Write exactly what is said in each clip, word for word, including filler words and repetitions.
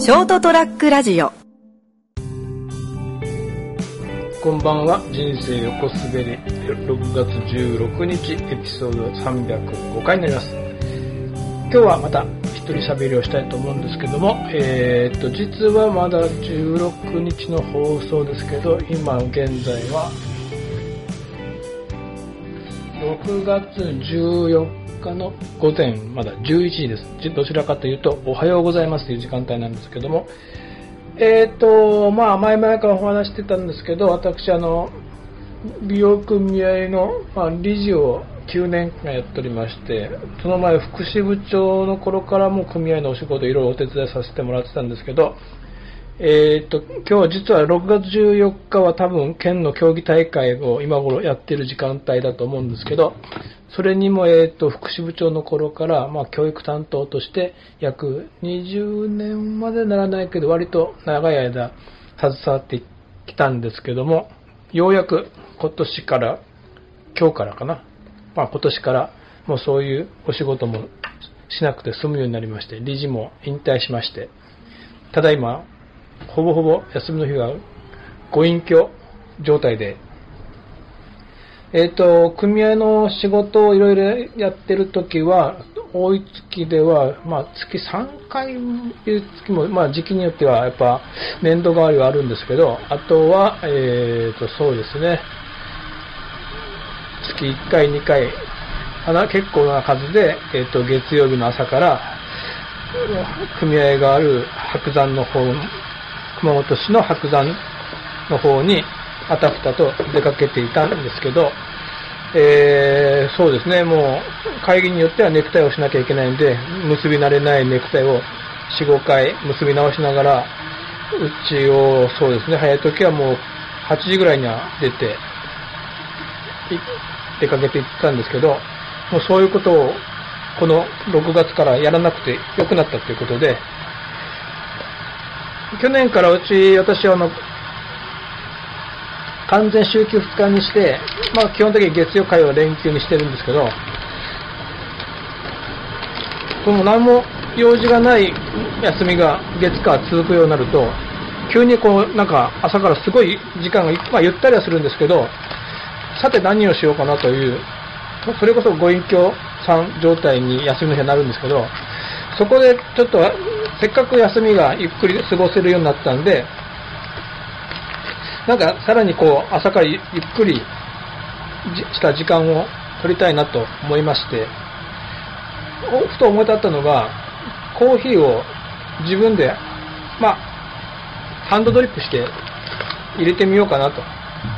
ショートトラックラジオ。 こんばんは。人生横滑りろくがつじゅうろくにちエピソードさんびゃくごかいになります。今日はまた一人喋りをしたいと思うんですけども、えー、っと実はまだじゅうろくにちの放送ですけど、今現在はろくがつじゅうよっかの午前まだじゅういちじです。どちらかというとおはようございますという時間帯なんですけども、えーとまあ、前々からお話してたんですけど、私あの美容組合の、まあ、理事をきゅうねんかんやっておりまして、その前福祉部長の頃からも組合のお仕事いろいろお手伝いさせてもらってたんですけど、えーと今日実はろくがつじゅうよっかは多分県の競技大会を今頃やっている時間帯だと思うんですけど、それにも、えーと福祉部長の頃から、まあ、教育担当として約にじゅうねんまでならないけど割と長い間携わってきたんですけども、ようやく今年から今日からかな、まあ、今年からもうそういうお仕事もしなくて済むようになりまして、理事も引退しまして、ただいまほぼほぼ休みの日はご隠居状態で、えっと、組合の仕事をいろいろやってるときは、多い月では、まあ、月さんかいいう月も、まあ、時期によっては、やっぱ、年度代わりはあるんですけど、あとは、えっと、そうですね、月いっかい、にかい、結構な数で、えっと、月曜日の朝から、組合がある白山の方、熊本市の白山の方に、あたふたと出かけていたんですけど、えー、そうですね、もう会議によってはネクタイをしなきゃいけないんで、結び慣れないネクタイをよん、ごかい結び直しながら、うちをそうですね、早い時はもうはちじぐらいには出て出かけていったんですけど、もうそういうことをこのろくがつからやらなくてよくなったということで、去年からうち私はあの完全週休ふつかにして、まあ基本的に月曜火曜連休にしてるんですけど、この何も用事がない休みが月火続くようになると、急にこうなんか朝からすごい時間が、まあ、ゆったりはするんですけど、さて何をしようかなという、それこそご隠居さん状態に休みの日になるんですけど、そこでちょっとせっかく休みがゆっくり過ごせるようになったんで、なんかさらにこう朝からゆっくりした時間を取りたいなと思いまして、ふと思い立ったのが、コーヒーを自分でまあハンドドリップして入れてみようかなと。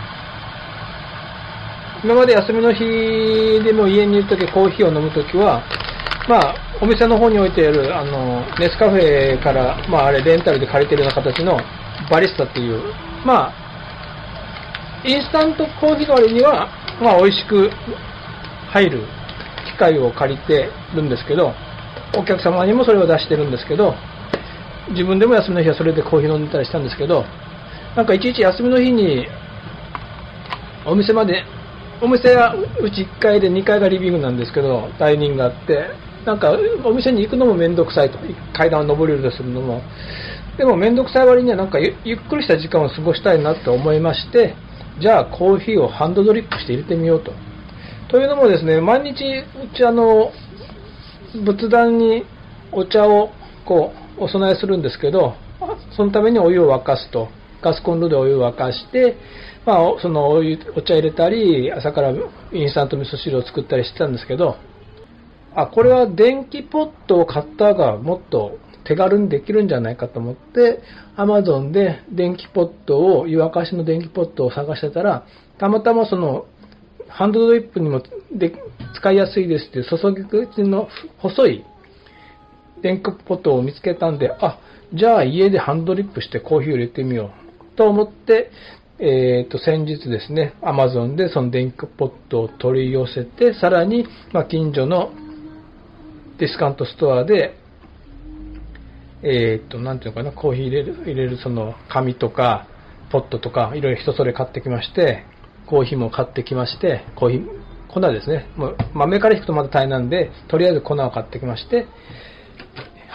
今まで休みの日でも家にいるとき、コーヒーを飲むときは、まあお店の方に置いてあるあのネスカフェから、まああれレンタルで借りてるような形のバリスタっていう、まあインスタントコーヒーの割には、まあ、美味しく入る機械を借りてるんですけど、お客様にもそれを出してるんですけど、自分でも休みの日はそれでコーヒー飲んでたりしたんですけど、なんかいちいち休みの日にお店まで、お店はうちいっかいでにかいがリビングなんですけど、ダイニングがあって、なんかお店に行くのもめんどくさいと、階段を上り下りするのも、でもめんどくさい割にはなんか ゆ, ゆっくりした時間を過ごしたいなと思いまして、じゃあコーヒーをハンドドリップして入れてみようと。というのもですね、毎日うちあの仏壇にお茶をこうお供えするんですけど、そのためにお湯を沸かすと、ガスコンロでお湯を沸かして、まあそのお湯お茶入れたり、朝からインスタント味噌汁を作ったりしてたんですけど、あ、これは電気ポットを買った方がもっと手軽にできるんじゃないかと思って、Amazon で電気ポットを、湯沸かしの電気ポットを探してたら、たまたまそのハンドドリップにもで使いやすいですっていう注ぎ口の細い電気ポットを見つけたんで、あ、じゃあ家でハンドドリップしてコーヒーを入れてみようと思って、えーと先日ですね、Amazon でその電気ポットを取り寄せて、さらにまあ近所のディスカウントストアでえっと、なんていうのかな、コーヒー入れる、入れるその紙とか、ポットとか、いろいろ人それ買ってきまして、コーヒーも買ってきまして、コーヒー、粉ですね。もう豆から引くとまだ大変なんで、とりあえず粉を買ってきまして、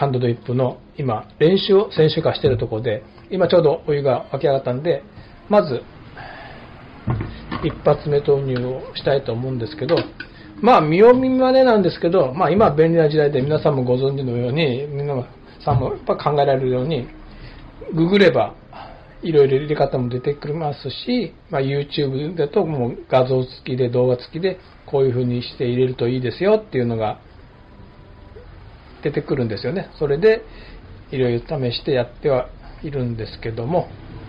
ハンドドリップの今練習を先週からしているところで、今ちょうどお湯が沸き上がったんで、まず一発目投入をしたいと思うんですけど、まあ見よう見まねなんですけど、まあ今は便利な時代で皆さんもご存知のように、皆さんもやっぱ考えられるように、ググればいろいろ入れ方も出てくりますし、まあ、YouTube だともう画像付きで動画付きでこういう風にして入れるといいですよっていうのが出てくるんですよね。それでいろいろ試してやってはいるんですけども、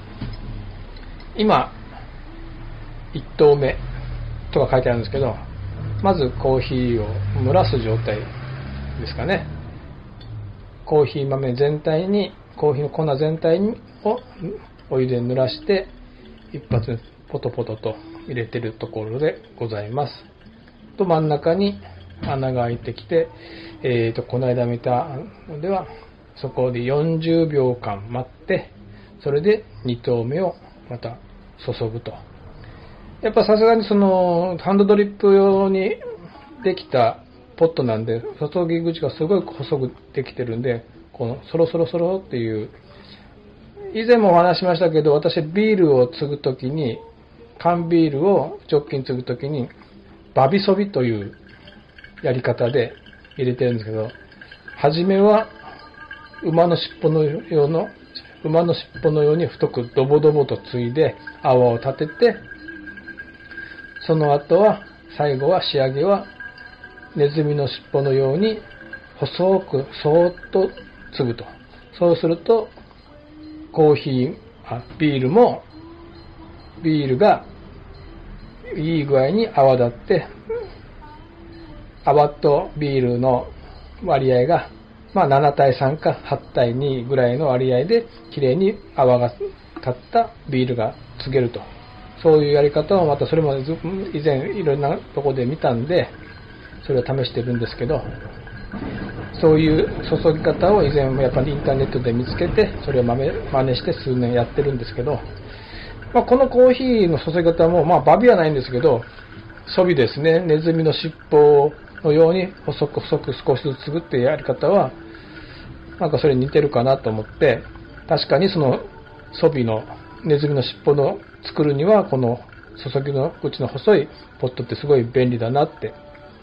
今いち投目とか書いてあるんですけど、まずコーヒーを蒸らす状態ですかね。コーヒー豆全体に、コーヒーの粉全体をお湯で濡らして一発ポトポトと入れてるところでございます。と真ん中に穴が開いてきて、えーとこの間見たのではそこでよんじゅうびょうかん待って、それでに投目をまた注ぐと。やっぱさすがにそのハンドドリップ用にできたポットなんで、注ぎ口がすごい細くできてるんで、このそろそろそろっていう、以前もお話しましたけど、私ビールを継ぐときに、缶ビールをジョッキに継ぐときにバビソビというやり方で入れてるんですけど、初めは馬の尻尾のようの馬の尻尾のように太くドボドボと継いで泡を立てて、その後は最後は仕上げはネズミの尻尾のように細くそーっと継ぐと。そうするとコーヒーあビールもビールがいい具合に泡立って、泡とビールの割合がまあなな対さんかはち対にぐらいの割合できれいに泡が立ったビールが継げると。そういうやり方をまたそれまで以前いろんなところで見たんで、それを試してるんですけど、そういう注ぎ方を以前もやっぱりインターネットで見つけて、それを真似して数年やってるんですけど、まあ、このコーヒーの注ぎ方もまあバビはないんですけど、ソビですね、ネズミの尻尾のように細く細く少しずつ継ぐっていうやり方はなんかそれに似てるかなと思って、確かにそのソビのネズミの尻尾の作るにはこの注ぎの口の細いポットってすごい便利だなって、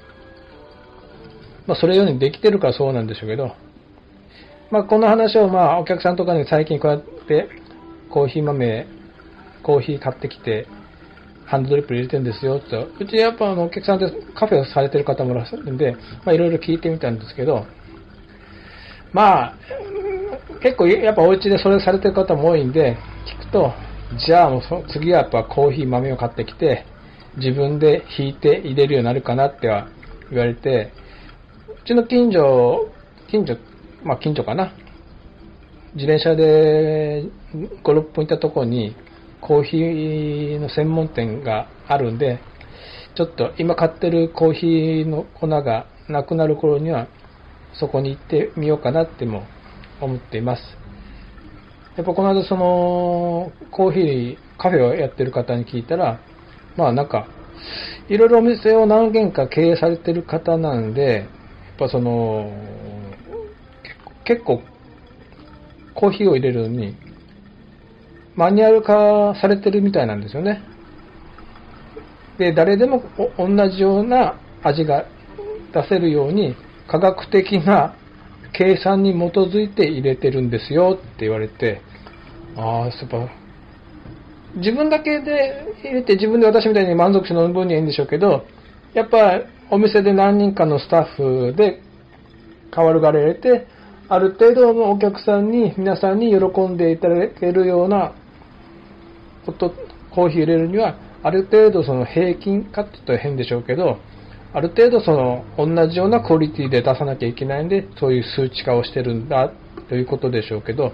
まあそれようにできてるからそうなんでしょうけど、まあこの話をまあお客さんとかに最近こうやってコーヒー豆コーヒー買ってきてハンドドリップ入れてるんですよと、うちやっぱあのお客さんでカフェをされてる方もいらっしゃるんで、まあいろいろ聞いてみたんですけど、まあ結構やっぱお家でそれされてる方も多いんで、聞くと、じゃあもうそ次はやっぱコーヒー豆を買ってきて自分でひいて入れるようになるかなっては言われて、うちの近所近所まあ近所かな、自転車でご、ろっぷん行ったところにコーヒーの専門店があるんで、ちょっと今買ってるコーヒーの粉がなくなる頃にはそこに行ってみようかなっても思っています。やっぱこの間そのコーヒーカフェをやってる方に聞いたら、まあなんかいろいろお店を何軒か経営されてる方なんで、やっぱその結構コーヒーを入れるのにマニュアル化されてるみたいなんですよね。で、誰でも同じような味が出せるように科学的な計算に基づいて入れてるんですよって言われて、ああ、やっぱ自分だけで入れて自分で私みたいに満足して飲む分にはいいんでしょうけど、やっぱお店で何人かのスタッフで代わるがられて、ある程度のお客さんに皆さんに喜んでいただけるようなことコーヒー入れるには、ある程度その平均化って言ったら変でしょうけど、ある程度その同じようなクオリティで出さなきゃいけないんで、そういう数値化をしてるんだということでしょうけど、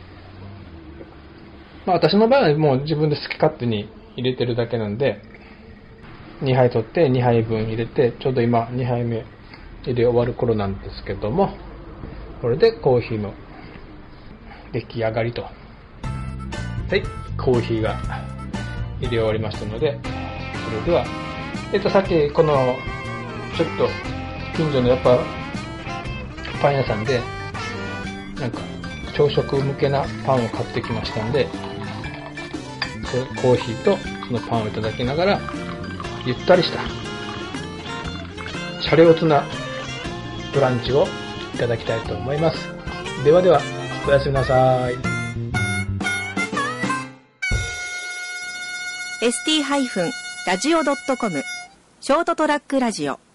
まあ私の場合はもう自分で好き勝手に入れてるだけなんで、にはい取ってにはいぶん入れて、ちょうど今にはいめ入れ終わる頃なんですけども、これでコーヒーの出来上がりと。はい、コーヒーが入れ終わりましたので、それでは、えっとさっきこのちょっと近所のやっぱパン屋さんでなんか朝食向けなパンを買ってきましたんで、コーヒーとそのパンをいただきながらゆったりしたシャレオツなブランチをいただきたいと思います。ではでは、おやすみなさい。 エスティー ラジオ ドットコム ショートトラックラジオ